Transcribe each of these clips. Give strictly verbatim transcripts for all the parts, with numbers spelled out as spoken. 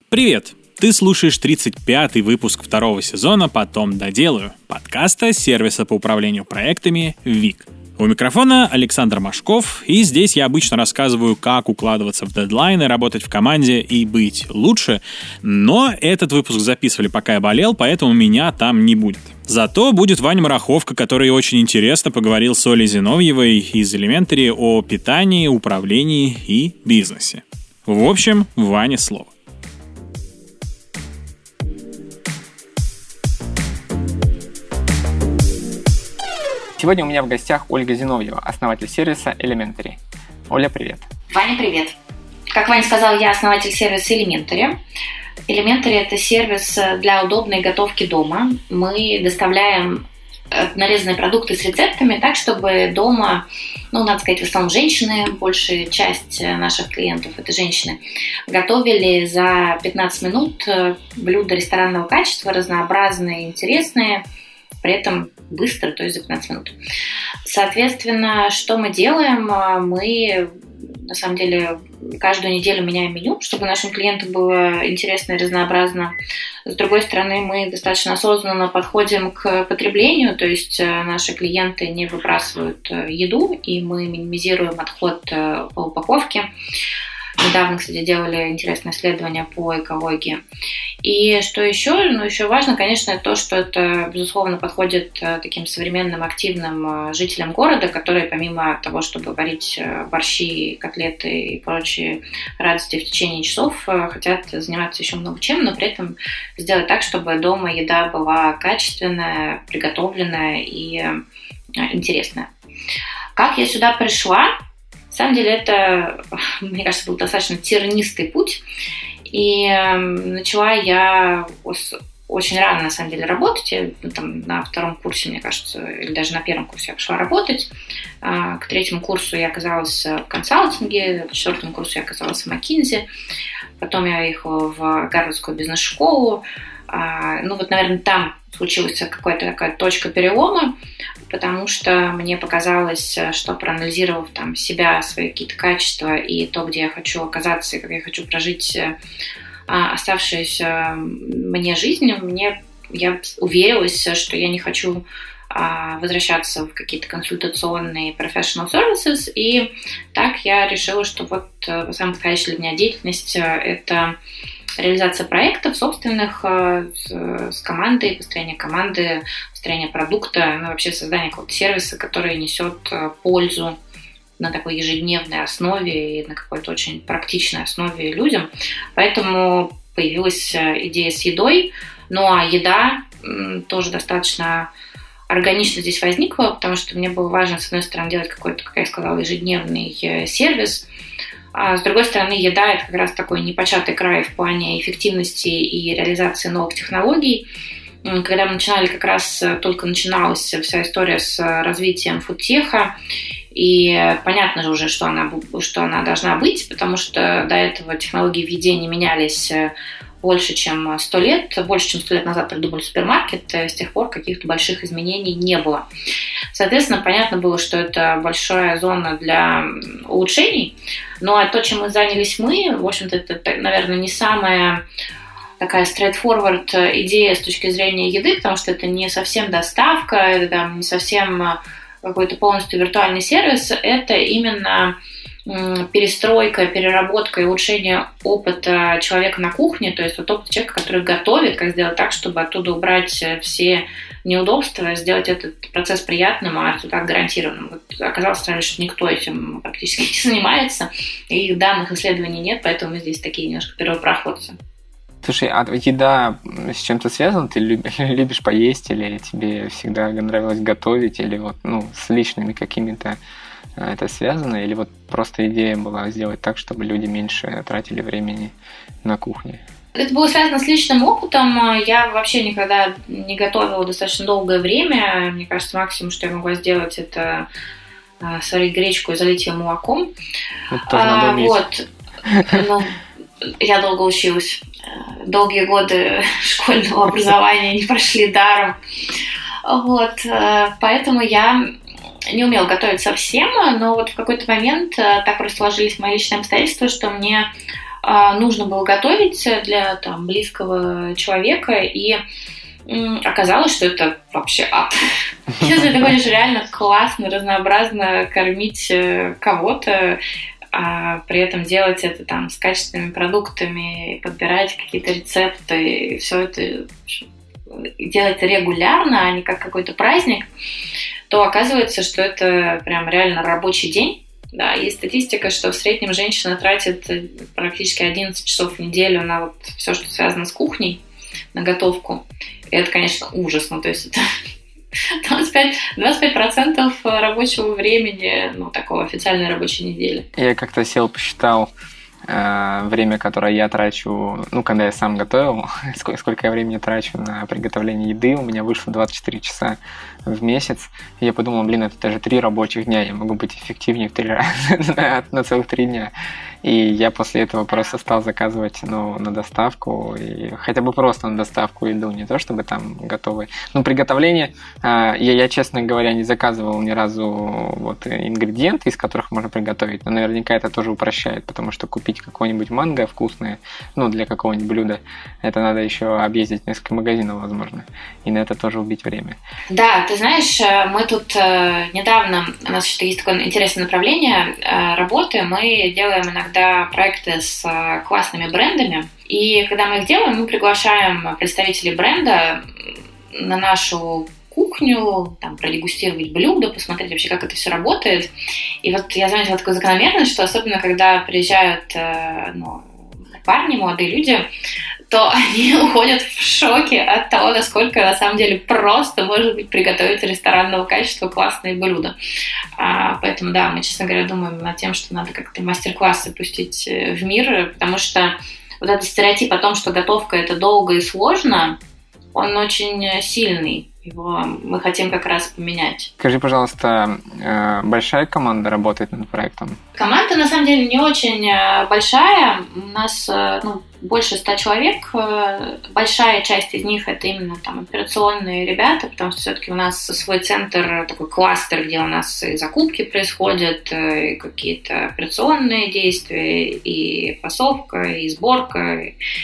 Привет! Ты слушаешь тридцать пятый выпуск второго сезона «Потом доделаю» подкаста сервиса по управлению проектами Вик. У микрофона Александр Машков, и здесь я обычно рассказываю, как укладываться в дедлайны, работать в команде и быть лучше, но этот выпуск записывали, пока я болел, поэтому меня там не будет. Зато будет Ваня Мараховка, который очень интересно поговорил с Олей Зиновьевой из Elementary о питании, управлении и бизнесе. В общем, Ване слово. Сегодня у меня в гостях Ольга Зиновьева, основатель сервиса Elementary. Оля, привет. Ваня, привет. Как Ваня сказал, я основатель сервиса Elementary. Elementary – это сервис для удобной готовки дома. Мы доставляем нарезанные продукты с рецептами так, чтобы дома, ну, надо сказать, в основном женщины, большая часть наших клиентов – это женщины, готовили за пятнадцать минут блюда ресторанного качества, разнообразные, интересные, при этом быстро, то есть за пятнадцать минут. Соответственно, что мы делаем? Мы, на самом деле, каждую неделю меняем меню, чтобы нашим клиентам было интересно и разнообразно. С другой стороны, мы достаточно осознанно подходим к потреблению, то есть наши клиенты не выбрасывают еду, и мы минимизируем отход по упаковке. Недавно, кстати, делали интересное исследование по экологии. И что еще? Ну, еще важно, конечно, то, что это, безусловно, подходит таким современным, активным жителям города, которые помимо того, чтобы варить борщи, котлеты и прочие радости в течение часов, хотят заниматься еще много чем, но при этом сделать так, чтобы дома еда была качественная, приготовленная и интересная. Как я сюда пришла? На самом деле это, мне кажется, был достаточно тернистый путь. И начала я очень рано, на самом деле, работать. Я, там, на втором курсе, мне кажется, или даже на первом курсе я пошла работать. К третьему курсу я оказалась в консалтинге, к четвертому курсу я оказалась в McKinsey. Потом я уехала в Гарвардскую бизнес-школу. Ну вот, наверное, там случилась какая-то такая точка перелома, потому что мне показалось, что проанализировав там себя, свои какие-то качества и то, где я хочу оказаться и как я хочу прожить оставшуюся мне жизнь, мне, я уверилась, что я не хочу возвращаться в какие-то консультационные professional services, и так я решила, что вот самая подходящая для меня деятельность – это реализация проектов собственных с командой, построение команды, построение продукта, ну, вообще создание какого-то сервиса, который несет пользу на такой ежедневной основе и на какой-то очень практичной основе людям. Поэтому появилась идея с едой. Ну а еда тоже достаточно органично здесь возникла, потому что мне было важно, с одной стороны, делать какой-то, как я сказала, ежедневный сервис. А с другой стороны, еда – это как раз такой непочатый край в плане эффективности и реализации новых технологий. Когда мы начинали, как раз только начиналась вся история с развитием фудтеха, и понятно же уже, что она, что она должна быть, потому что до этого технологии в еде не менялись больше, чем сто лет. Больше, чем сто лет назад придумали супермаркет, с тех пор каких-то больших изменений не было. Соответственно, понятно было, что это большая зона для улучшений. Ну а то, чем мы занялись мы, в общем-то, это, наверное, не самая такая straightforward идея с точки зрения еды, потому что это не совсем доставка, это там, не совсем какой-то полностью виртуальный сервис, это именно перестройка, переработка и улучшение опыта человека на кухне, то есть вот опыт человека, который готовит, как сделать так, чтобы оттуда убрать все неудобства, сделать этот процесс приятным, а результат гарантированным. Вот оказалось, что никто этим практически не занимается, и данных исследований нет, поэтому мы здесь такие немножко первопроходцы. Слушай, а еда с чем-то связана? Ты любишь поесть, или тебе всегда нравилось готовить, или вот, ну, с личными какими-то это связано, или вот просто идея была сделать так, чтобы люди меньше тратили времени на кухне? Это было связано с личным опытом. Я вообще никогда не готовила достаточно долгое время. Мне кажется, максимум, что я могла сделать, это сварить гречку и залить ее молоком. Это тоже надо уметь. Вот. Ну, я долго училась. Долгие годы школьного образования не прошли даром. Вот. Поэтому я не умела готовить совсем, но вот в какой-то момент так просто сложились мои личные обстоятельства, что мне нужно было готовить для там, близкого человека, и оказалось, что это вообще ад. Если ты хочешь реально классно, разнообразно кормить кого-то, а при этом делать это там с качественными продуктами, подбирать какие-то рецепты, и все это делать регулярно, а не как какой-то праздник, то оказывается, что это прям реально рабочий день. Да, есть статистика, что в среднем женщина тратит практически одиннадцать часов в неделю на вот все, что связано с кухней, на готовку. И это, конечно, ужасно. То есть это двадцать пять процентов рабочего времени, ну, такого официальной рабочей недели. Я как-то сел, посчитал э, время, которое я трачу, ну, когда я сам готовил, сколько, сколько я времени трачу на приготовление еды, у меня вышло двадцать четыре часа в месяц. И я подумал, блин, это даже три рабочих дня, я могу быть эффективнее в три раза на целых три дня. И я после этого просто стал заказывать, ну, на доставку, и хотя бы просто на доставку еду, не то чтобы там готовые. Ну, приготовление, я, я, честно говоря, не заказывал ни разу вот ингредиенты, из которых можно приготовить, но наверняка это тоже упрощает, потому что купить какое-нибудь манго вкусное, ну, для какого-нибудь блюда, это надо еще объездить несколько магазинов, возможно, и на это тоже убить время. Да, ты знаешь, мы тут недавно, у нас еще есть такое интересное направление работы, мы делаем иногда проекты с классными брендами, и когда мы их делаем, мы приглашаем представителей бренда на нашу кухню, там, продегустировать блюда, посмотреть вообще, как это все работает. И вот я заметила такую закономерность, что особенно когда приезжают ну, парни, молодые люди, то они уходят в шоке от того, насколько на самом деле просто может быть приготовить ресторанного качества классные блюда. А, поэтому, да, мы, честно говоря, думаем над тем, что надо как-то мастер-классы пустить в мир, потому что вот этот стереотип о том, что готовка – это долго и сложно, он очень сильный. Его мы хотим как раз поменять. Скажи, пожалуйста, большая команда работает над проектом? Команда, на самом деле, не очень большая. У нас ну, больше ста человек. Большая часть из них – это именно там, операционные ребята, потому что все-таки у нас свой центр, такой кластер, где у нас и закупки происходят, и какие-то операционные действия, и фасовка, и сборка,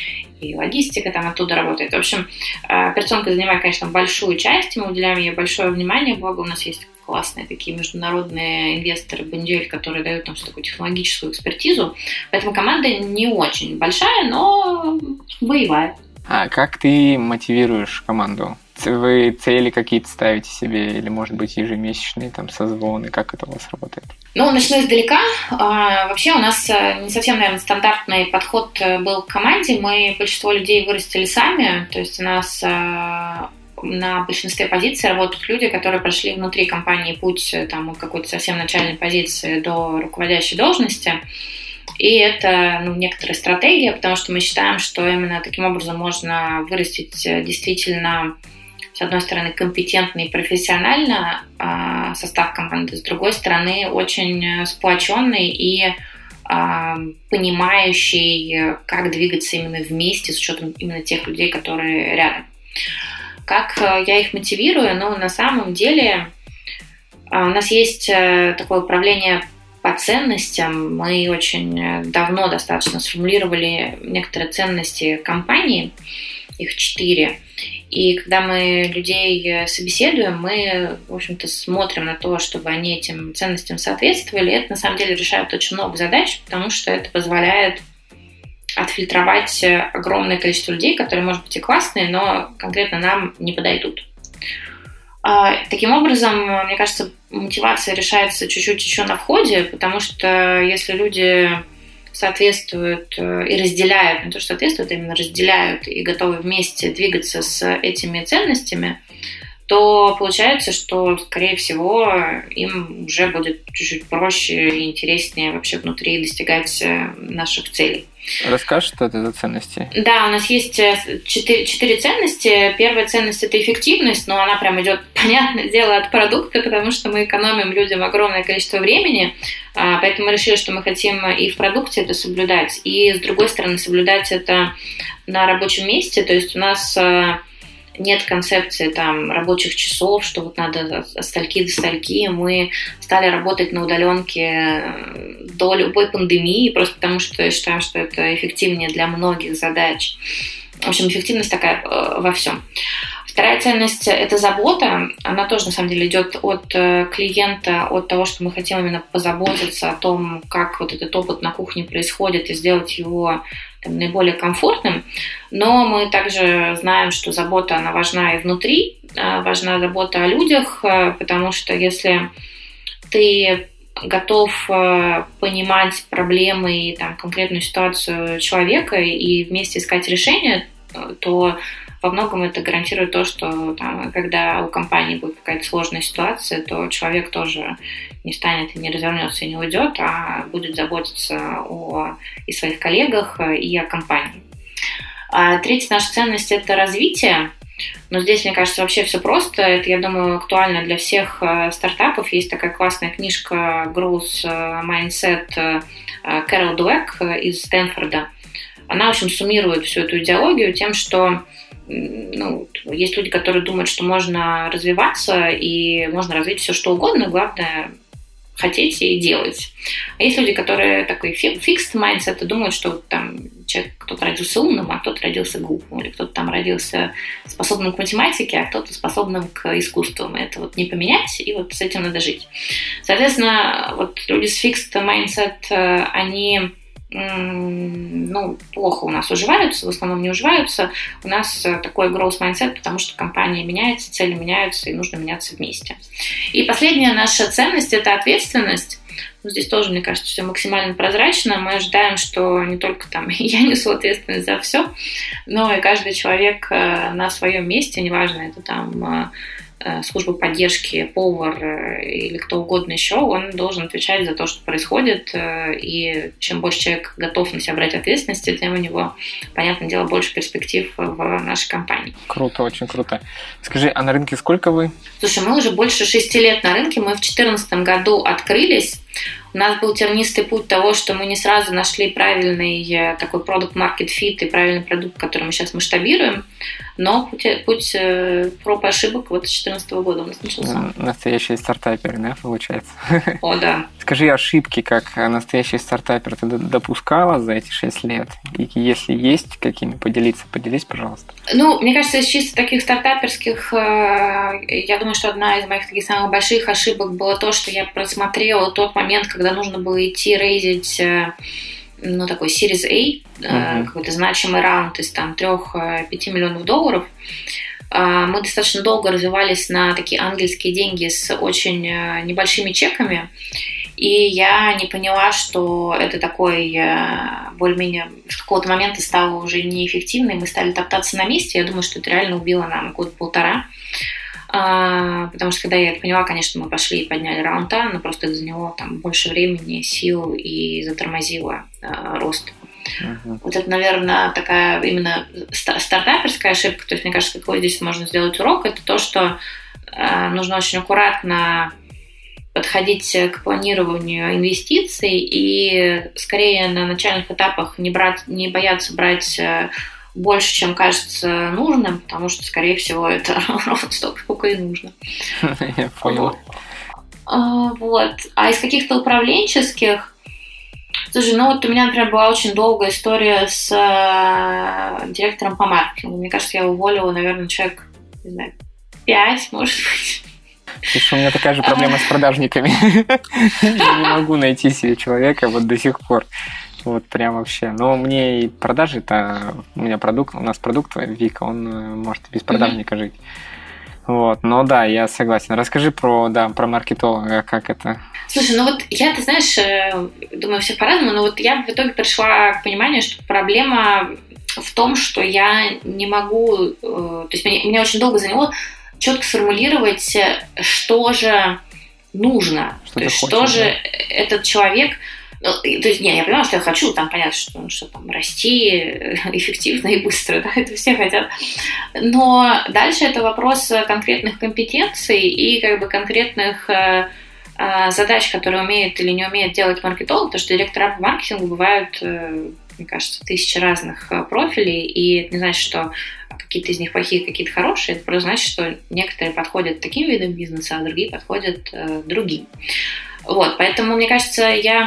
и логистика там оттуда работает. В общем, операционка занимает, конечно, большую часть, мы уделяем ей большое внимание, благо у нас есть классные такие международные инвесторы, Бондюэль, которые дают нам такую технологическую экспертизу. Поэтому команда не очень большая, но боевая. А как ты мотивируешь команду? Вы цели какие-то ставите себе или, может быть, ежемесячные там созвоны? Как это у вас работает? Ну, начну издалека. А, вообще у нас не совсем, наверное, стандартный подход был к команде. Мы большинство людей вырастили сами. То есть у нас а, на большинстве позиций работают люди, которые прошли внутри компании путь там, от какой-то совсем начальной позиции до руководящей должности. И это ну, некоторая стратегия, потому что мы считаем, что именно таким образом можно вырастить действительно, с одной стороны, компетентный и профессионально э, состав команды, с другой стороны, очень сплоченный и э, понимающий, как двигаться именно вместе с учетом именно тех людей, которые рядом. Как я их мотивирую? Ну, на самом деле, э, у нас есть э, такое управление по ценностям. Мы очень давно достаточно сформулировали некоторые ценности компании, их четыре. И когда мы людей собеседуем, мы, в общем-то, смотрим на то, чтобы они этим ценностям соответствовали. Это, на самом деле, решает очень много задач, потому что это позволяет отфильтровать огромное количество людей, которые, может быть, и классные, но конкретно нам не подойдут. Таким образом, мне кажется, мотивация решается чуть-чуть еще на входе, потому что если люди соответствуют и разделяют, не то что соответствуют, а именно разделяют и готовы вместе двигаться с этими ценностями, то получается, что, скорее всего, им уже будет чуть-чуть проще и интереснее вообще внутри достигать наших целей. Расскажешь, что это за ценности? Да, у нас есть четыре, четыре ценности. Первая ценность – это эффективность, но она прям идет, понятное дело, от продукта, потому что мы экономим людям огромное количество времени, поэтому мы решили, что мы хотим и в продукте это соблюдать, и, с другой стороны, соблюдать это на рабочем месте, то есть у нас нет концепции там рабочих часов, что вот надо от стальки до стальки. Мы стали работать на удаленке до любой пандемии, просто потому что я считаю, что это эффективнее для многих задач. В общем, эффективность такая во всем. Вторая ценность – это забота. Она тоже, на самом деле, идет от клиента, от того, что мы хотим именно позаботиться о том, как вот этот опыт на кухне происходит, и сделать его там наиболее комфортным. Но мы также знаем, что забота, она важна и внутри, важна забота о людях, потому что если ты готов понимать проблемы и там, конкретную ситуацию человека и вместе искать решение, то во многом это гарантирует то, что там, когда у компании будет какая-то сложная ситуация, то человек тоже не станет и не развернется и не уйдет, а будет заботиться о и своих коллегах, и о компании. А третья наша ценность – это развитие. Но здесь, мне кажется, вообще все просто. Это, я думаю, актуально для всех стартапов. Есть такая классная книжка «Growth Mindset» Кэрол Дуэк из Стэнфорда. Она, в общем, суммирует всю эту идеологию тем, что ну, есть люди, которые думают, что можно развиваться и можно развить все, что угодно, главное хотеть и делать. А есть люди, которые такой fixed mindset и думают, что там человек, кто-то родился умным, а кто-то родился глупым, или кто-то там родился способным к математике, а кто-то способным к искусству. И это вот не поменять, и вот с этим надо жить. Соответственно, вот люди с fixed mindset, они ну, плохо у нас уживаются, в основном не уживаются. У нас такой growth mindset, потому что компания меняется, цели меняются, и нужно меняться вместе. И последняя наша ценность – это ответственность. Здесь тоже, мне кажется, все максимально прозрачно. Мы ожидаем, что не только там я несу ответственность за все, но и каждый человек на своем месте, неважно, это там служба поддержки, повар или кто угодно еще, он должен отвечать за то, что происходит, и чем больше человек готов на себя брать ответственность, тем у него, понятное дело, больше перспектив в нашей компании. Круто, очень круто. Скажи, а на рынке сколько вы? Слушай, мы уже больше шести лет на рынке, мы в две тысячи четырнадцатом году открылись. У нас был тернистый путь того, что мы не сразу нашли правильный такой product market fit и правильный продукт, который мы сейчас масштабируем, но путь, путь проб и ошибок вот с две тысячи четырнадцатого года у нас начался. Настоящий стартапер, да, получается? О, да. Скажи, ошибки, как настоящий стартапер, ты допускала за эти шесть лет? И если есть какими поделиться, поделись, пожалуйста. Ну, мне кажется, из чисто таких стартаперских, я думаю, что одна из моих таких самых больших ошибок было то, что я просмотрела тот момент, когда нужно было идти рейзить, ну, такой Series A, uh-huh. какой-то значимый раунд из там трех-пяти миллионов долларов. Мы достаточно долго развивались на такие ангельские деньги с очень небольшими чеками, и я не поняла, что это такой более-менее с какого-то момента стало уже неэффективно, и мы стали топтаться на месте. Я думаю, что это реально убило нам год-полтора. Потому что когда я это поняла, конечно, мы пошли и подняли раунд А, но просто из-за него там больше времени, сил и затормозило э, рост. Uh-huh. Вот это, наверное, такая именно стартаперская ошибка. То есть, мне кажется, какой здесь можно сделать урок, это то, что э, нужно очень аккуратно подходить к планированию инвестиций и скорее на начальных этапах не брать, не бояться брать э, больше, чем кажется нужным, потому что, скорее всего, это ровно столько, сколько и нужно. Я понял. Вот. А из каких-то управленческих... Слушай, ну вот у меня, например, была очень долгая история с директором по маркетингу. Мне кажется, я уволила, наверное, человек, не знаю, пять, может быть. Слушай, у меня такая же проблема с продажниками. Я не могу найти себе человека вот до сих пор. Вот прям вообще. Но мне и продажи-то, у меня продукт, у нас продукт Вика, он может без продажника mm-hmm. жить. Вот, но да, я согласен. Расскажи про, да, про маркетолога, как это. Слушай, ну вот я, ты знаешь, думаю, все по-разному, но вот я в итоге пришла к пониманию, что проблема в том, что я не могу, то есть мне, мне очень долго заняло четко сформулировать, что же нужно, что то есть хочешь, что же да? Этот человек... Ну, то есть, не, я понимаю, что я хочу, там, понятно, что, ну, что там, расти эффективно и быстро, да, это все хотят. Но дальше это вопрос конкретных компетенций и, как бы, конкретных э, э, задач, которые умеет или не умеет делать маркетолог, потому что директора по маркетингу бывают, э, мне кажется, тысячи разных профилей, и это не значит, что какие-то из них плохие, какие-то хорошие, это просто значит, что некоторые подходят таким видам бизнеса, а другие подходят э, другим. Вот, поэтому, мне кажется, я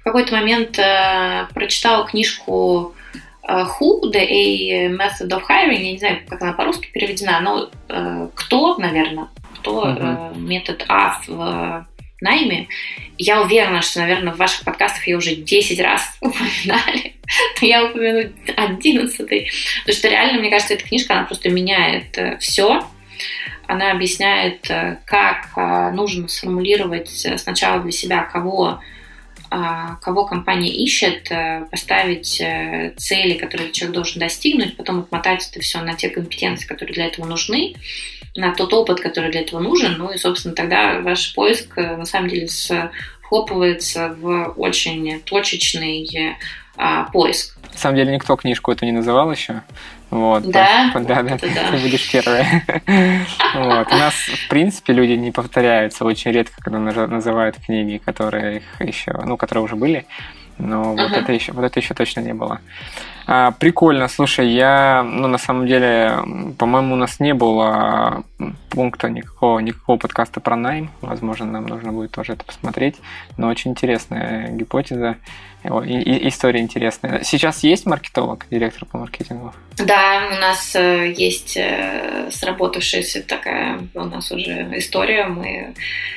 в какой-то момент э, прочитала книжку э, Who, The A Method of Hiring, я не знаю, как она по-русски переведена, но э, кто, наверное, кто uh-huh. э, метод А в найме. Я уверена, что, наверное, в ваших подкастах ее уже десять раз упоминали, то я упомяну одиннадцатый. Потому что реально, мне кажется, эта книжка, она просто меняет все. Она объясняет, как нужно сформулировать сначала для себя, кого, кого компания ищет, поставить цели, которые человек должен достигнуть, потом отмотать это все на те компетенции, которые для этого нужны, на тот опыт, который для этого нужен. Ну и, собственно, тогда ваш поиск на самом деле схлопывается в очень точечный а, поиск. На самом деле никто книжку эту не называл еще. Вот, да? То, да, да, да. Ты будешь первая. Вот. У нас, в принципе, люди не повторяются. Очень редко, когда называют книги, которые их еще, ну, которые уже были. Но uh-huh. вот, это еще, вот это еще точно не было. А, прикольно, слушай, я, ну, на самом деле, по-моему, у нас не было пункта никакого, никакого подкаста про найм. Возможно, нам нужно будет тоже это посмотреть. Но очень интересная гипотеза. И, и, история интересная. Сейчас есть маркетолог, директор по маркетингу? Да, у нас есть сработавшаяся такая у нас уже история. Мы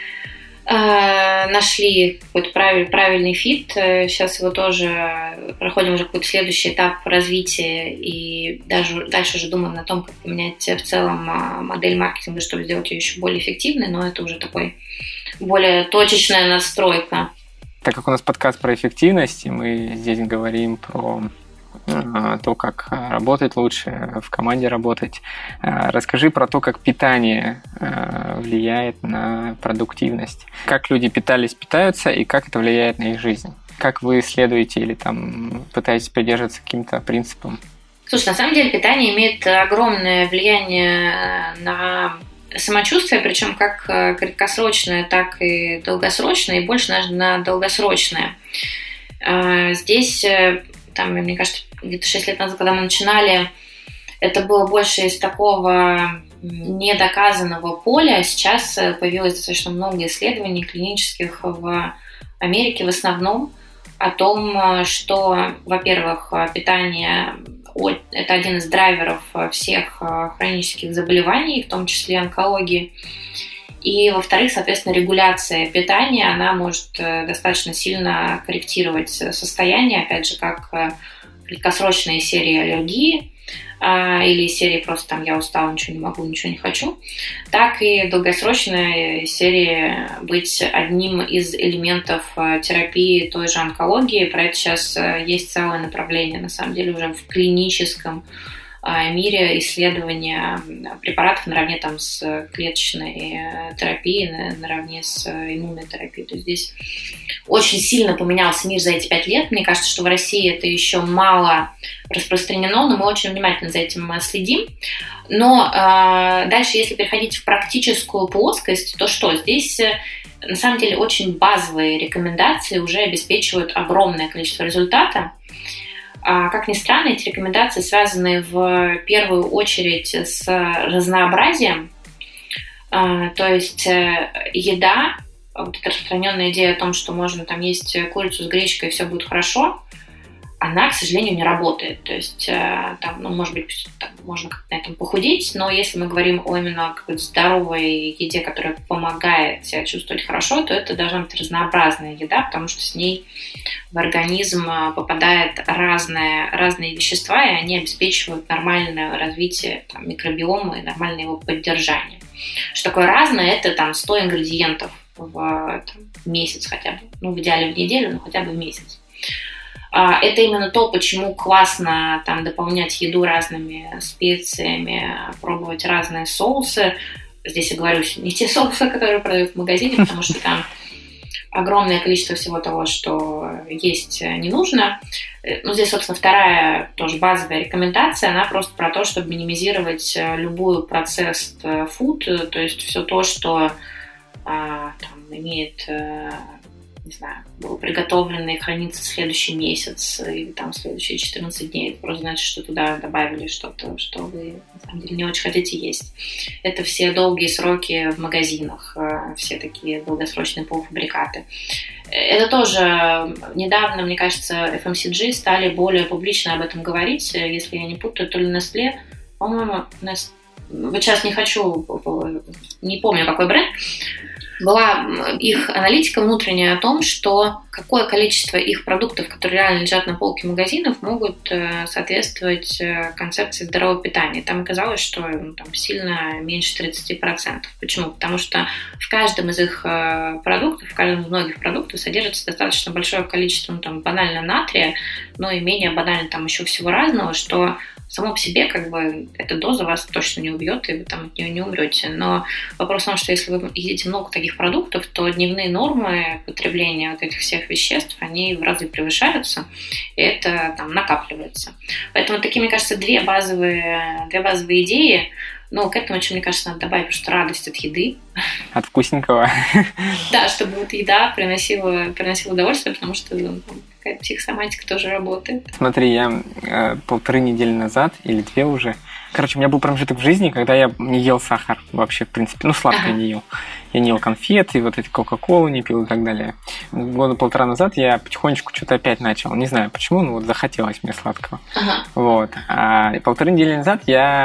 нашли какой-то правиль, правильный фит. Сейчас его тоже проходим уже какой-то следующий этап развития и даже дальше уже думаем о том, как поменять в целом модель маркетинга, чтобы сделать ее еще более эффективной, но это уже такой более точечная настройка. Так как у нас подкаст про эффективность, и мы здесь говорим про то, как работать лучше, в команде работать. Расскажи про то, как питание влияет на продуктивность. Как люди питались, питаются, и как это влияет на их жизнь. Как вы следуете или там пытаетесь придерживаться каким-то принципам? Слушай, на самом деле питание имеет огромное влияние на самочувствие, причем как краткосрочное, так и долгосрочное, и больше, наверное, на долгосрочное. Здесь, там, мне кажется, где-то шесть лет назад, когда мы начинали, это было больше из такого недоказанного поля. Сейчас появилось достаточно много исследований клинических в Америке в основном о том, что, во-первых, питание – это один из драйверов всех хронических заболеваний, в том числе онкологии. И, во-вторых, соответственно, регуляция питания, она может достаточно сильно корректировать состояние, опять же, как краткосрочные серии аллергии или серии просто там я устала, ничего не могу, ничего не хочу, так и долгосрочная серия быть одним из элементов терапии той же онкологии. Про это сейчас есть целое направление, на самом деле, уже в клиническом мире исследования препаратов наравне там, с клеточной терапией, наравне с иммунной терапией. То есть здесь очень сильно поменялся мир за эти пять лет. Мне кажется, что в России это еще мало распространено, но мы очень внимательно за этим следим. Но э, дальше, если переходить в практическую плоскость, то что? Здесь на самом деле очень базовые рекомендации уже обеспечивают огромное количество результата. Как ни странно, эти рекомендации связаны в первую очередь с разнообразием. То есть еда, вот эта распространенная идея о том, что можно там есть курицу с гречкой и все будет хорошо, она, к сожалению, не работает. То есть, там, ну, может быть, там, можно как-то на этом похудеть, но если мы говорим о именно какой-то здоровой еде, которая помогает себя чувствовать хорошо, то это должна быть разнообразная еда, потому что с ней в организм попадают разные, разные вещества, и они обеспечивают нормальное развитие там, микробиома и нормальное его поддержание. Что такое разное? Это там сто ингредиентов в там, месяц хотя бы. Ну, в идеале в неделю, но хотя бы в месяц. Это именно то, почему классно там, дополнять еду разными специями, пробовать разные соусы. Здесь я говорю не те соусы, которые продают в магазине, потому что там огромное количество всего того, что есть, не нужно. Ну, здесь, собственно, вторая тоже базовая рекомендация, она просто про то, чтобы минимизировать любую процессed food, то есть все то, что а, там, имеет... не знаю, было приготовлено и хранится следующий месяц или там следующие четырнадцать дней. Это просто значит, что туда добавили что-то, что вы, на самом деле, не очень хотите есть. Это все долгие сроки в магазинах, все такие долгосрочные полуфабрикаты. Это тоже недавно, мне кажется, эф эм си джи стали более публично об этом говорить, если я не путаю, то ли Nestlé, по-моему, Nestlé. Вот сейчас не хочу, не помню, какой бренд, была их аналитика внутренняя о том, что какое количество их продуктов, которые реально лежат на полке магазинов, могут соответствовать концепции здорового питания. Там оказалось, что ну, там сильно меньше тридцать процентов. Почему? Потому что в каждом из их продуктов, в каждом из многих продуктов содержится достаточно большое количество ну, там, банально натрия, но и менее банально там еще всего разного, что само по себе, как бы, эта доза вас точно не убьет, и вы там от нее не умрете. Но вопрос в том, что если вы едите много таких продуктов, то дневные нормы потребления вот этих всех веществ, они в разы превышаются, и это там накапливается. Поэтому такие, мне кажется, две базовые, две базовые идеи. Но к этому еще, мне кажется, надо добавить просто радость от еды. От вкусненького. Да, чтобы вот еда приносила, приносила удовольствие, потому что ну, какая-то психосоматика тоже работает. Смотри, я э, полторы недели назад, или две уже, короче, у меня был промежуток в жизни, когда я не ел сахар вообще, в принципе, ну, сладкое ага. не ел. Я не ел конфеты, вот эти кока-колу не пил и так далее. Года полтора назад я потихонечку что-то опять начал. Не знаю почему, но вот захотелось мне сладкого. Ага. Вот. А полторы недели назад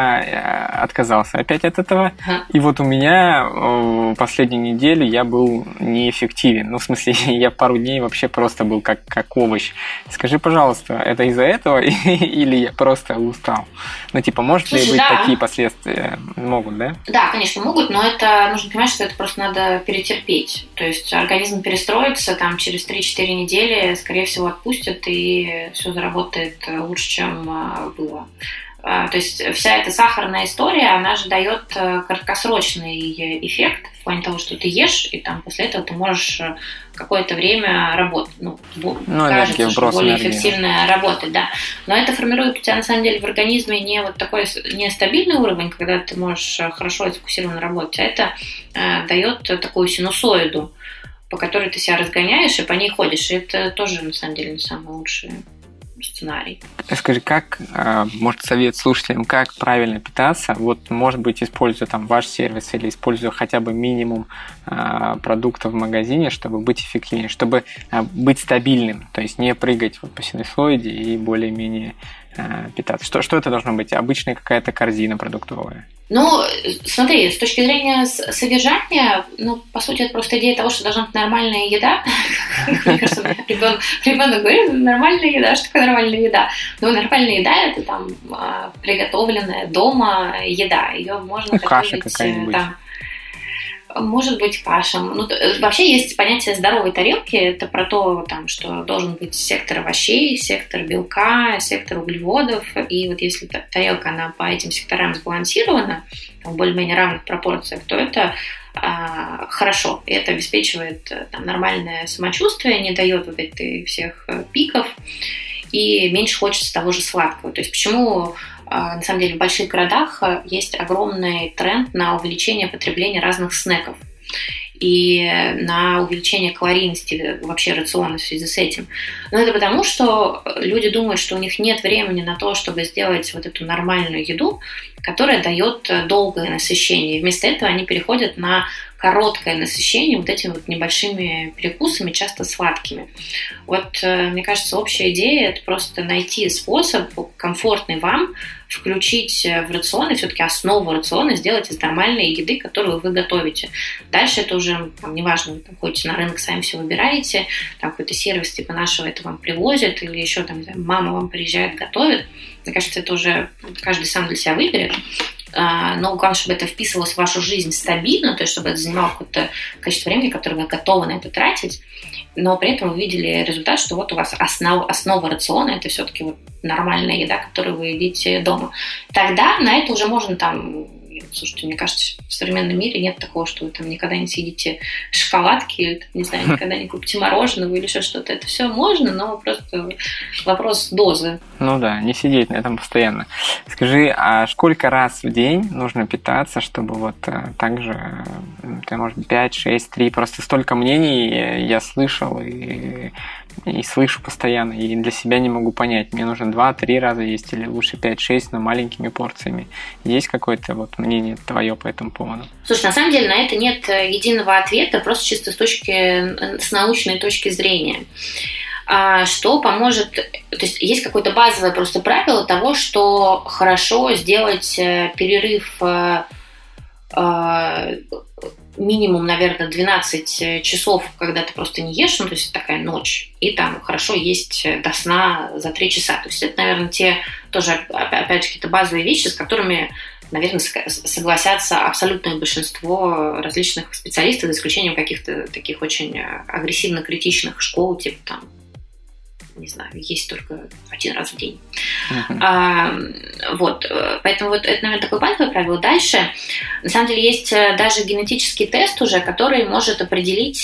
я отказался опять от этого. Ага. И вот у меня последнюю неделю я был неэффективен. Ну, в смысле, я пару дней вообще просто был как, как овощ. Скажи, пожалуйста, это из-за этого или я просто устал? Ну, типа, может Слушай, ли быть да. такие последствия? Могут, да? Да, конечно, могут, но это нужно понимать, что это просто надо перетерпеть. То есть организм перестроится, там через три-четыре недели, скорее всего, отпустят, и все заработает лучше, чем было. То есть вся эта сахарная история, она же дает краткосрочный эффект в плане того, что ты ешь, и там после этого ты можешь какое-то время работать. Ну, ну кажется, что более энергии. Эффективно работать, да. Но это формирует у тебя на самом деле в организме не вот такой нестабильный уровень, когда ты можешь хорошо и сфокусированно работать, а это э, дает такую синусоиду, по которой ты себя разгоняешь и по ней ходишь. И это тоже на самом деле не самое лучшее. Сценарий. Скажи, как, может, совет слушателям, как правильно питаться? Вот, может быть, используя там ваш сервис или используя хотя бы минимум продуктов в магазине, чтобы быть эффективнее, чтобы быть стабильным, то есть не прыгать вот по синусоиде и более-менее питаться. Что, что это должно быть? Обычная какая-то корзина продуктовая? Ну, смотри, с точки зрения содержания, ну, по сути, это просто идея того, что должна быть нормальная еда. Мне кажется, ребенок говорит, нормальная еда, что такое нормальная еда? Ну, нормальная еда – это там приготовленная дома еда. Ее можно готовить там. Может быть, каша. Ну, вообще есть понятие здоровой тарелки. Это про то, там, что должен быть сектор овощей, сектор белка, сектор углеводов. И вот если тарелка она по этим секторам сбалансирована в более-менее равных пропорциях, то это а, хорошо. И это обеспечивает там, нормальное самочувствие, не дает вот этих всех пиков. И меньше хочется того же сладкого. То есть почему... На самом деле в больших городах есть огромный тренд на увеличение потребления разных снеков и на увеличение калорийности вообще рациона в связи с этим. Но это потому, что люди думают, что у них нет времени на то, чтобы сделать вот эту нормальную еду, которая дает долгое насыщение. И вместо этого они переходят на короткое насыщение вот этими вот небольшими перекусами, часто сладкими. Вот, мне кажется, общая идея – это просто найти способ, комфортный вам, включить в рацион, и все-таки основу рациона сделать из нормальной еды, которую вы готовите. Дальше это уже, там, неважно, вы там ходите на рынок, сами все выбираете, там какой-то сервис типа нашего это вам привозят, или еще там, не знаю, мама вам приезжает, готовит. Мне кажется, это уже каждый сам для себя выберет. Но главное, чтобы это вписывалось в вашу жизнь стабильно, то есть чтобы это занимало какое-то количество времени, которое вы готовы на это тратить, но при этом вы видели результат, что вот у вас основа, основа рациона – это все-таки вот нормальная еда, которую вы едите дома. Тогда на это уже можно там... Слушайте, мне кажется, в современном мире нет такого, что вы там никогда не съедите шоколадки, или, не знаю, никогда не купите мороженого или еще что-то. Это все можно, но просто вопрос дозы. Ну да, не сидеть на этом постоянно. Скажи, а сколько раз в день нужно питаться, чтобы вот так же, ты, может, пять, шесть, три, просто столько мнений я слышал, и и слышу постоянно, и для себя не могу понять, мне нужно два-три раза есть или лучше пять-шесть, но маленькими порциями. Есть какое-то вот мнение твое по этому поводу? Слушай, на самом деле на это нет единого ответа, просто чисто с точки, с научной точки зрения. Что поможет, то есть есть какое-то базовое просто правило того, что хорошо сделать перерыв минимум, наверное, двенадцать часов, когда ты просто не ешь, ну, то есть такая ночь, и там хорошо есть до сна за три часа. То есть это, наверное, те тоже, опять же, какие-то базовые вещи, с которыми, наверное, согласятся абсолютное большинство различных специалистов, за исключением каких-то таких очень агрессивно-критичных школ, типа там, не знаю, есть только один раз в день. Uh-huh. А, вот, поэтому вот это, наверное, такое базовое правило. Дальше, на самом деле, есть даже генетический тест уже, который может определить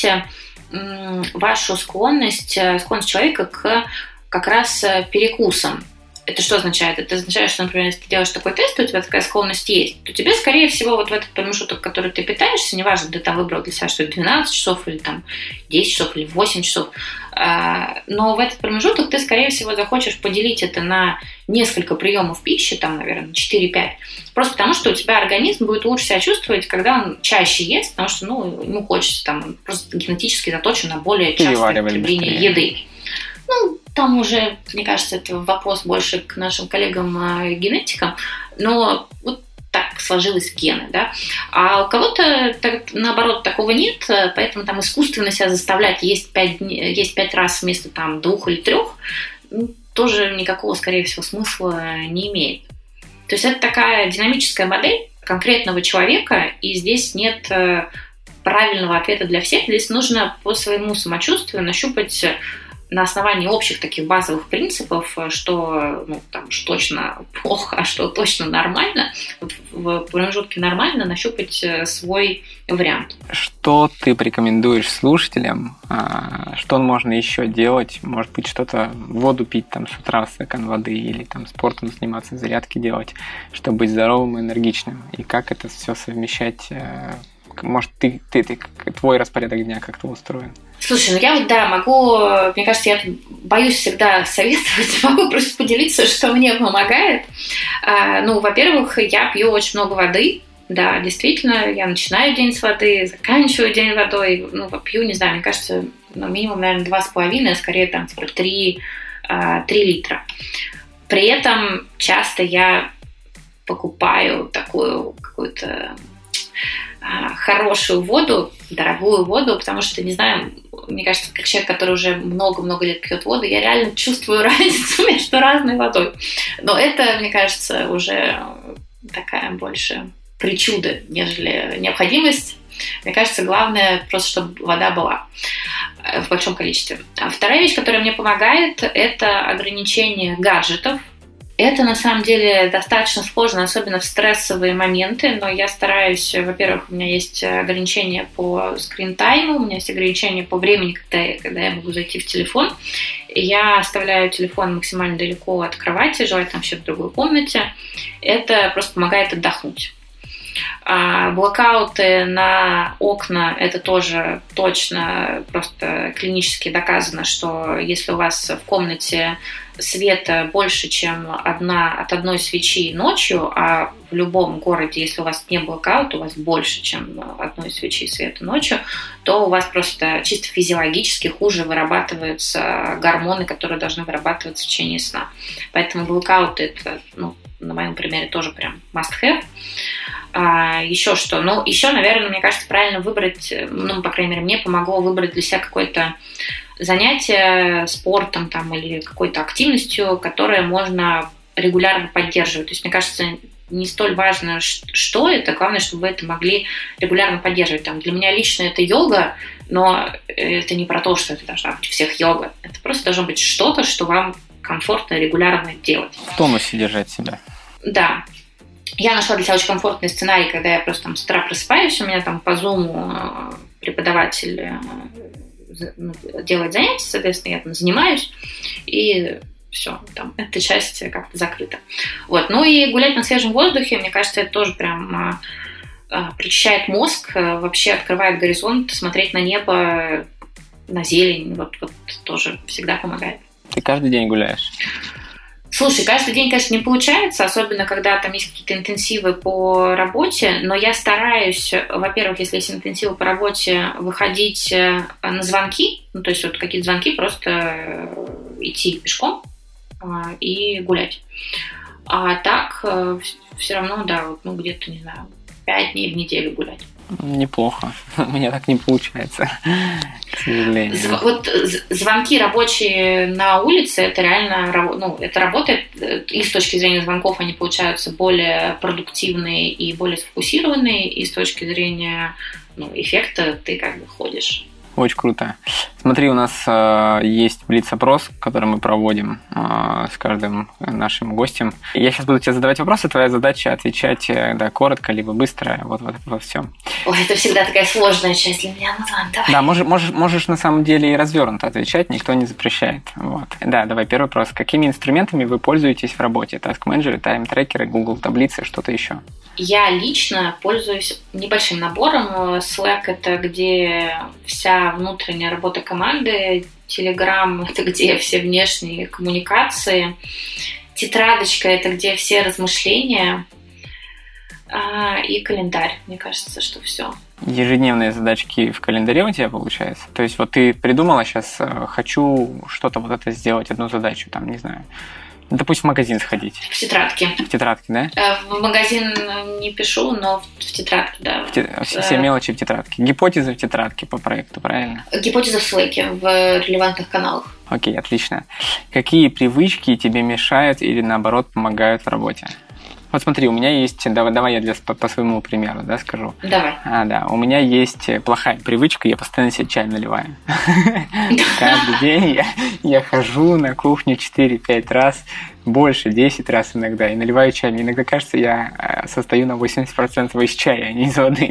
м, вашу склонность, склонность человека к как раз перекусам. Это что означает? Это означает, что, например, если ты делаешь такой тест, и у тебя такая склонность есть, то тебе, скорее всего, вот в этот промежуток, в который ты питаешься, неважно, ты там выбрал для себя, что это двенадцать часов, или там десять часов, или восемь часов, но в этот промежуток ты, скорее всего, захочешь поделить это на несколько приемов пищи, там, наверное, четыре-пять, просто потому, что у тебя организм будет лучше себя чувствовать, когда он чаще ест, потому что, ну, ему хочется, там, просто генетически заточен на более частое потребление еды. Ну, там уже, мне кажется, это вопрос больше к нашим коллегам-генетикам, но вот так сложилось гены, да. А у кого-то, так, наоборот, такого нет, поэтому там искусственно себя заставлять есть пять, есть пять раз вместо там двух или трех, ну, тоже никакого, скорее всего, смысла не имеет. То есть это такая динамическая модель конкретного человека, и здесь нет правильного ответа для всех. Здесь нужно по своему самочувствию нащупать на основании общих таких базовых принципов, что, ну, там, что точно плохо, а что точно нормально, вот в промежутке нормально нащупать свой вариант. Что ты порекомендуешь слушателям? Что можно еще делать? Может быть, что-то, воду пить там с утра, стакан воды, или там спортом заниматься, зарядки делать, чтобы быть здоровым и энергичным? И как это все совмещать? Может, ты, ты, ты твой распорядок дня как-то устроен? Слушай, ну я вот, да, могу, мне кажется, я боюсь всегда советовать, могу просто поделиться, что мне помогает. А, ну, во-первых, я пью очень много воды, да, действительно, я начинаю день с воды, заканчиваю день водой, ну, пью, не знаю, мне кажется, ну, минимум, наверное, два с половиной, а скорее там три, три литра. При этом часто я покупаю такую какую-то хорошую воду, дорогую воду, потому что, не знаю, мне кажется, как человек, который уже много-много лет пьет воду, я реально чувствую разницу между разной водой. Но это, мне кажется, уже такая больше причуда, нежели необходимость. Мне кажется, главное просто, чтобы вода была в большом количестве. А вторая вещь, которая мне помогает, это ограничение гаджетов. Это, на самом деле, достаточно сложно, особенно в стрессовые моменты, но я стараюсь, во-первых, у меня есть ограничения по скрин-тайму, у меня есть ограничения по времени, когда я, когда я могу зайти в телефон. Я оставляю телефон максимально далеко от кровати, желательно вообще в другой комнате. Это просто помогает отдохнуть. А блокауты на окна – это тоже точно, просто клинически доказано, что если у вас в комнате света больше, чем одна, от одной свечи ночью, а в любом городе, если у вас не блокаут, у вас больше, чем одной свечи света ночью, то у вас просто чисто физиологически хуже вырабатываются гормоны, которые должны вырабатываться в течение сна. Поэтому блокаут – это, ну, на моем примере тоже прям must-have. А, еще что? Ну, еще, наверное, мне кажется, правильно выбрать, ну, по крайней мере, мне помогло выбрать для себя какое-то занятие спортом там, или какой-то активностью, которое можно регулярно поддерживать. То есть, мне кажется, не столь важно, что это, главное, чтобы вы это могли регулярно поддерживать. Там, для меня лично это йога, но это не про то, что это должна быть у всех йога. Это просто должно быть что-то, что вам комфортно регулярно делать. В тонусе держать себя. Да. Я нашла для себя очень комфортный сценарий, когда я просто там с утра просыпаюсь, у меня там по зуму преподаватель делает занятия, соответственно, я там занимаюсь, и все, там эта часть как-то закрыта. Вот. Ну и гулять на свежем воздухе, мне кажется, это тоже прям причащает мозг, вообще открывает горизонт, смотреть на небо на зелень, вот, вот тоже всегда помогает. Ты каждый день гуляешь? Слушай, каждый день, конечно, не получается, особенно когда там есть какие-то интенсивы по работе, но я стараюсь, во-первых, если есть интенсивы по работе, выходить на звонки, ну, то есть вот какие-то звонки, просто идти пешком и гулять. А так все равно, да, вот, ну, где-то, не знаю, пять дней в неделю гулять. Неплохо. У меня так не получается, к сожалению. Зв- вот звонки рабочие на улице, это реально, ну, это работает, и с точки зрения звонков они получаются более продуктивные и более сфокусированные, и с точки зрения, ну, эффекта ты как бы ходишь. Очень круто. Смотри, у нас э, есть блиц-опрос, который мы проводим э, с каждым нашим гостем. Я сейчас буду тебе задавать вопросы, твоя задача отвечать да, коротко, либо быстро, вот, вот во всем. Ой, это всегда такая сложная часть для меня. Ну ладно, давай. Да, можешь, можешь, можешь на самом деле и развернуто отвечать, никто не запрещает. Вот. Да, давай первый вопрос. Какими инструментами вы пользуетесь в работе? Task-менеджеры, тайм-трекеры, Google таблицы, что-то еще? Я лично пользуюсь небольшим набором. Slack – это где вся внутренняя работа команды, Telegram – это где все внешние коммуникации, тетрадочка – это где все размышления, и календарь, мне кажется, что все. Ежедневные задачки в календаре у тебя получается? То есть вот ты придумала сейчас, хочу что-то вот это сделать, одну задачу, там, не знаю, допустим, в магазин сходить. В тетрадке. В тетрадке, да? В магазин не пишу, но в тетрадке, да. В те... Все, все мелочи в тетрадке. Гипотезы в тетрадке по проекту, правильно? Гипотеза в Slack, в релевантных каналах. Окей, отлично. Какие привычки тебе мешают или, наоборот, помогают в работе? Вот смотри, у меня есть, давай, давай я для, по, по своему примеру, да, скажу. Давай. А, да, у меня есть плохая привычка, я постоянно себе чай наливаю. Каждый день я, я хожу на кухню четыре-пять раз, больше, десять раз иногда, и наливаю чай. Мне иногда кажется, я состою на восемьдесят процентов из чая, а не из воды.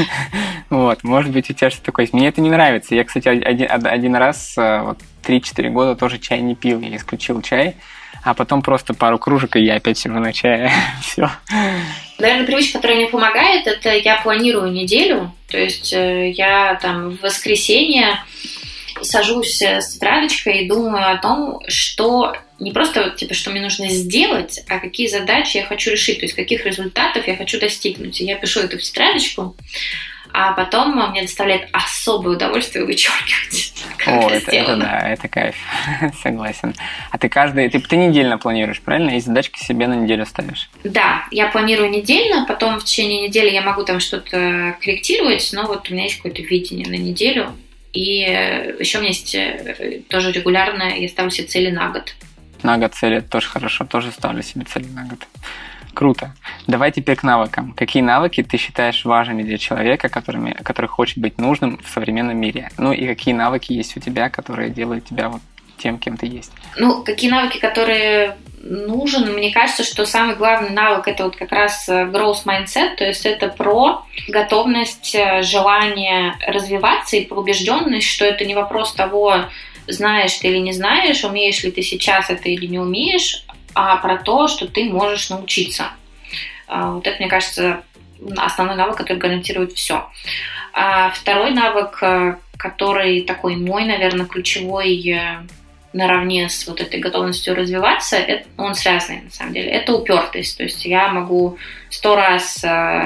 Вот, может быть, у тебя что-то такое есть. Мне это не нравится. Я, кстати, один, один раз, вот, три-четыре года тоже чай не пил, я исключил чай. А потом просто пару кружек, и я опять сижу на чае. Все. Наверное, привычка, которая мне помогает, это я планирую неделю. То есть я там в воскресенье сажусь с тетрадочкой и думаю о том, что не просто типа, что мне нужно сделать, а какие задачи я хочу решить, то есть каких результатов я хочу достигнуть. И я пишу это в тетрадочку, а потом мне доставляет особое удовольствие вычеркивать. О, это, это да, это кайф. Согласен. А ты каждый, ты, ты недельно планируешь, правильно? И задачки себе на неделю ставишь? Да, я планирую недельно, потом в течение недели я могу там что-то корректировать, но вот у меня есть какое-то видение на неделю. И еще у меня есть тоже регулярно, я ставлю себе цели на год. На год цели, это тоже хорошо, тоже ставлю себе цели на год. Круто. Давай теперь к навыкам. Какие навыки ты считаешь важными для человека, которыми, который хочет быть нужным в современном мире? Ну и какие навыки есть у тебя, которые делают тебя вот тем, кем ты есть? Ну, какие навыки, которые нужен? Мне кажется, что самый главный навык – это вот как раз growth mindset, то есть это про готовность, желание развиваться и про убежденность, что это не вопрос того, знаешь ты или не знаешь, умеешь ли ты сейчас это или не умеешь, а про то, что ты можешь научиться. Вот это, мне кажется, основной навык, который гарантирует все. А второй навык, который такой мой, наверное, ключевой наравне с вот этой готовностью развиваться, это, он связанный, на самом деле, это упертость. То есть я могу сто раз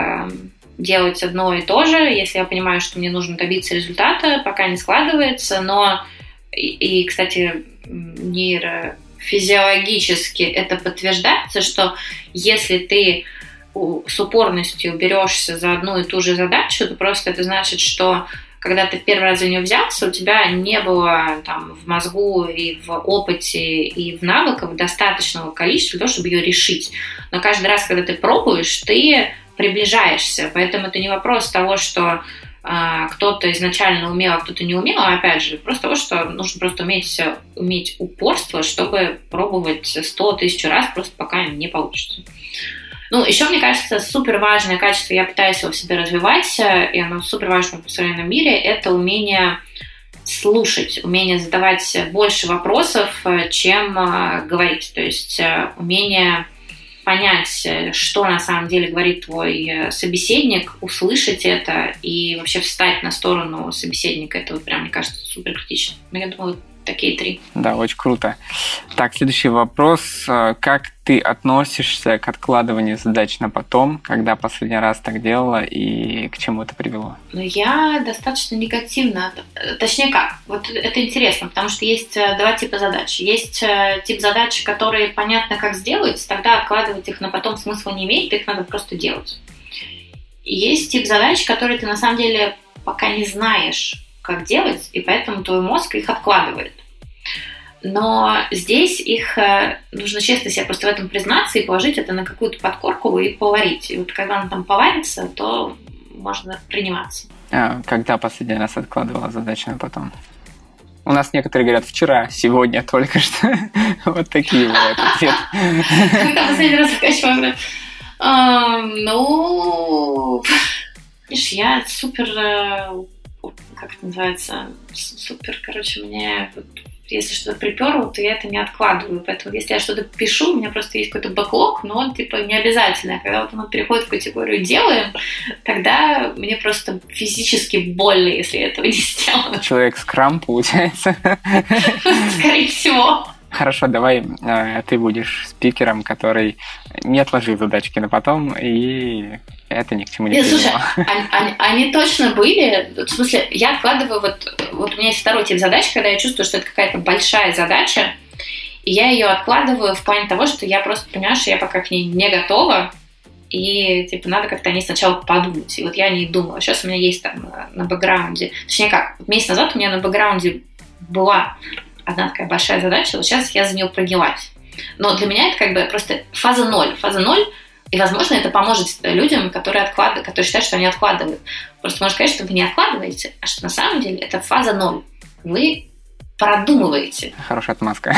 делать одно и то же, если я понимаю, что мне нужно добиться результата, пока не складывается, но и, и кстати, нейро физиологически это подтверждается, что если ты с упорностью берешься за одну и ту же задачу, то просто это значит, что когда ты в первый раз за нее взялся, у тебя не было там, в мозгу и в опыте и в навыках достаточного количества для того, чтобы ее решить. Но каждый раз, когда ты пробуешь, ты приближаешься. Поэтому это не вопрос того, что кто-то изначально умел, а кто-то не умел, а опять же, просто того, что нужно просто уметь, уметь упорство, чтобы пробовать сто тысяч раз, просто пока не получится. Ну, еще, мне кажется, супер важное качество, я пытаюсь его в себе развивать, и оно супер важно в современном мире, это умение слушать, умение задавать больше вопросов, чем говорить. То есть умение понять, что на самом деле говорит твой собеседник, услышать это и вообще встать на сторону собеседника. Это вот прям, мне кажется, супер критично. Я думаю, такие три. Да, очень круто. Так, следующий вопрос. Как ты относишься к откладыванию задач на потом, когда последний раз так делала и к чему это привело? Ну, я достаточно негативно. Точнее как? Вот это интересно, потому что есть два типа задач. Есть тип задач, которые понятно, как сделать, тогда откладывать их на потом смысла не имеет, их надо просто делать. И есть тип задач, которые ты на самом деле пока не знаешь, как делать, и поэтому твой мозг их откладывает. Но здесь их нужно честно себе просто в этом признаться и положить это на какую-то подкорку и поварить. И вот когда он там поварится, то можно приниматься. А когда последний раз откладывала задачу на потом? У нас некоторые говорят вчера, сегодня только что. Вот такие бывают ответы. Когда последний раз откачивала? Ну, видишь, я супер... как это называется, супер, короче, мне, если что-то приперло, то я это не откладываю, поэтому если я что-то пишу, у меня просто есть какой-то бэклог, но он, типа, не обязательно, когда вот он переходит в категорию «делаем», тогда мне просто физически больно, если я этого не сделаю. Человек-скрам, получается. Скорее всего. Хорошо, давай э, ты будешь спикером, который не отложил задачки на потом, и это ни к чему не привело. Слушай, они, они, они точно были. В смысле, я откладываю... Вот, вот у меня есть второй тип задач, когда я чувствую, что это какая-то большая задача, и я ее откладываю в плане того, что я просто понимаю, что я пока к ней не готова, и типа надо как-то о ней сначала подумать. И вот я о ней думала. Сейчас у меня есть там на бэкграунде... Точнее как, месяц назад у меня на бэкграунде была... одна такая большая задача, вот сейчас я за нее поднялась. Но для меня это как бы просто фаза ноль. Фаза ноль, и, возможно, это поможет людям, которые, откладывают, которые считают, что они откладывают. Просто можно сказать, что вы не откладываете, а что на самом деле это фаза ноль. Вы продумываете. Хорошая отмазка.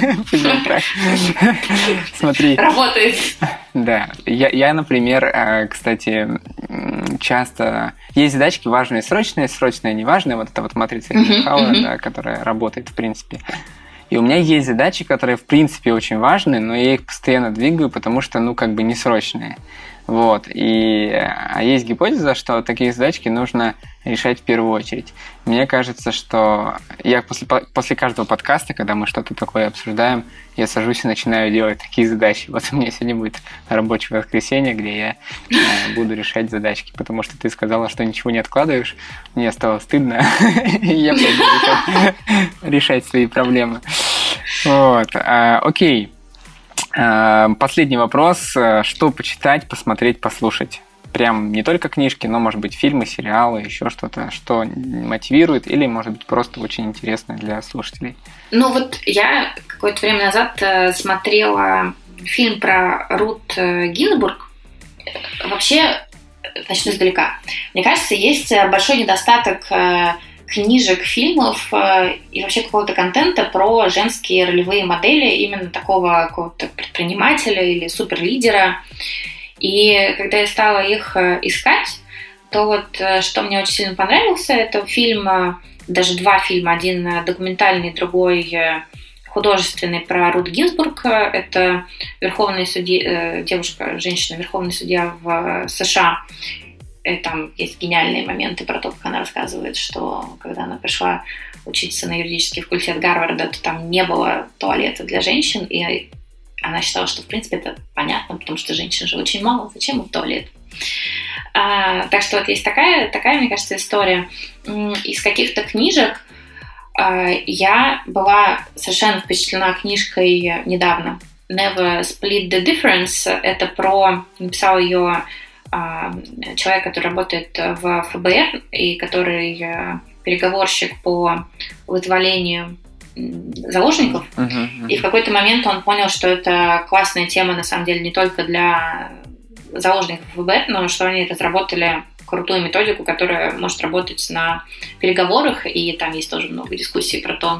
Смотри. Работает. Да. Я, я, например, кстати, часто... Есть задачки важные, срочные, срочные, неважные. Вот это вот матрица Эйзенхауэра, uh-huh, uh-huh. да, которая работает, в принципе. И у меня есть задачи, которые, в принципе, очень важны, но я их постоянно двигаю, потому что, ну, как бы не срочные. Вот. И а есть гипотеза, что такие задачки нужно решать в первую очередь. Мне кажется, что я после, после каждого подкаста, когда мы что-то такое обсуждаем, я сажусь и начинаю делать такие задачи. Вот у меня сегодня будет рабочее воскресенье, где я э, буду решать задачки, потому что ты сказала, что ничего не откладываешь. Мне стало стыдно, и я пойду решать свои проблемы. Вот. Окей. Последний вопрос. Что почитать, посмотреть, послушать? Прям не только книжки, но, может быть, фильмы, сериалы, еще что-то, что мотивирует или, может быть, просто очень интересно для слушателей? Ну вот я какое-то время назад смотрела фильм про Рут Гинзбург. Вообще, начну издалека. Мне кажется, есть большой недостаток книжек, фильмов и вообще какого-то контента про женские ролевые модели, именно такого какого-то предпринимателя или суперлидера. И когда я стала их искать, то вот что мне очень сильно понравился, это фильм, даже два фильма, один документальный, другой художественный про Рут Гинзбург. Это верховный судья, девушка, женщина, верховный судья в США. И там есть гениальные моменты про то, как она рассказывает, что когда она пришла учиться на юридический факультет Гарварда, то там не было туалета для женщин, и она считала, что, в принципе, это понятно, потому что женщин же очень мало, зачем им в туалет? А, так что вот есть такая, такая, мне кажется, история. Из каких-то книжек а, я была совершенно впечатлена книжкой недавно. Never Split the Difference. Это про... Написал ее а, человек, который работает в эф бэ эр и который а, переговорщик по вызволению заложников, uh-huh, uh-huh. И в какой-то момент он понял, что это классная тема, на самом деле, не только для заложников эф бэ эр, но что они разработали крутую методику, которая может работать на переговорах, и там есть тоже много дискуссий про то,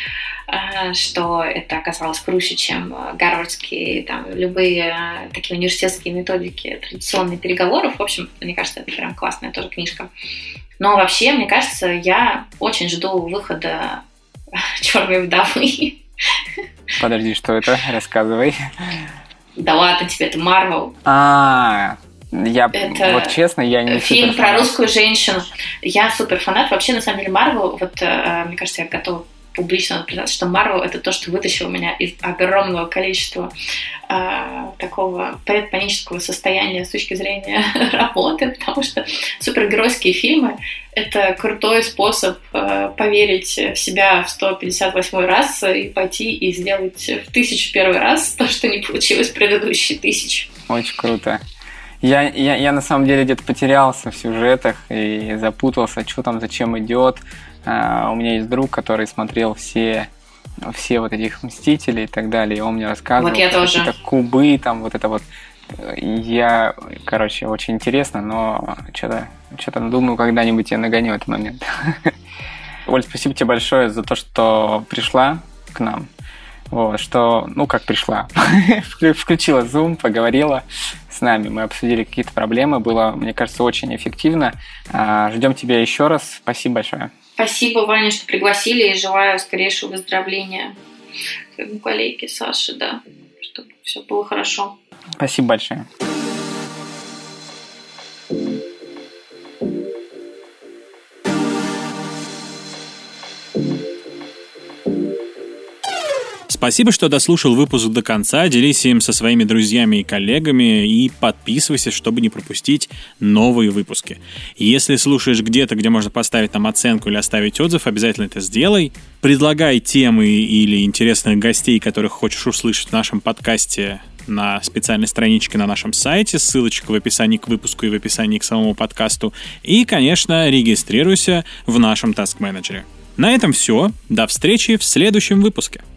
что это оказалось круче, чем гарвардские, там, любые такие университетские методики традиционных переговоров. В общем, мне кажется, это прям классная тоже книжка. Но вообще, мне кажется, я очень жду выхода «Черной вдовы». Подожди, что это? Рассказывай. Да ладно тебе, это Марвел. А, я, это вот честно, я не фильм про русскую женщину. Я супер фанат. Вообще, на самом деле, Марвел, вот, мне кажется, я готова публично признаться, что Марвел — это то, что вытащило меня из огромного количества э, такого предпанического состояния с точки зрения работы, потому что супергеройские фильмы — это крутой способ э, поверить в себя в сто пятьдесят восьмой раз и пойти и сделать в тысячу первый раз то, что не получилось в предыдущие тысячи. Очень круто. Я, я, я на самом деле где-то потерялся в сюжетах и запутался, что там, зачем идет. Uh, у меня есть друг, который смотрел все, все вот этих «Мстителей» и так далее, и он мне рассказывал вот я тоже. Какие-то кубы, там вот это вот. Я, короче, очень интересно, но что-то, что-то думаю, когда-нибудь я нагоню этот момент. Оль, спасибо тебе большое за то, что пришла к нам. Вот, что, ну, как пришла. Включила Zoom, поговорила с нами, мы обсудили какие-то проблемы, было, мне кажется, очень эффективно. Ждем тебя еще раз. Спасибо большое. Спасибо, Ваня, что пригласили, и желаю скорейшего выздоровления своему коллеге Саше, да, чтобы все было хорошо. Спасибо большое. Спасибо, что дослушал выпуск до конца. Делись им со своими друзьями и коллегами и подписывайся, чтобы не пропустить новые выпуски. Если слушаешь где-то, где можно поставить нам оценку или оставить отзыв, обязательно это сделай. Предлагай темы или интересных гостей, которых хочешь услышать в нашем подкасте, на специальной страничке на нашем сайте. Ссылочка в описании к выпуску и в описании к самому подкасту. И, конечно, регистрируйся в нашем Task Manager. На этом все. До встречи в следующем выпуске.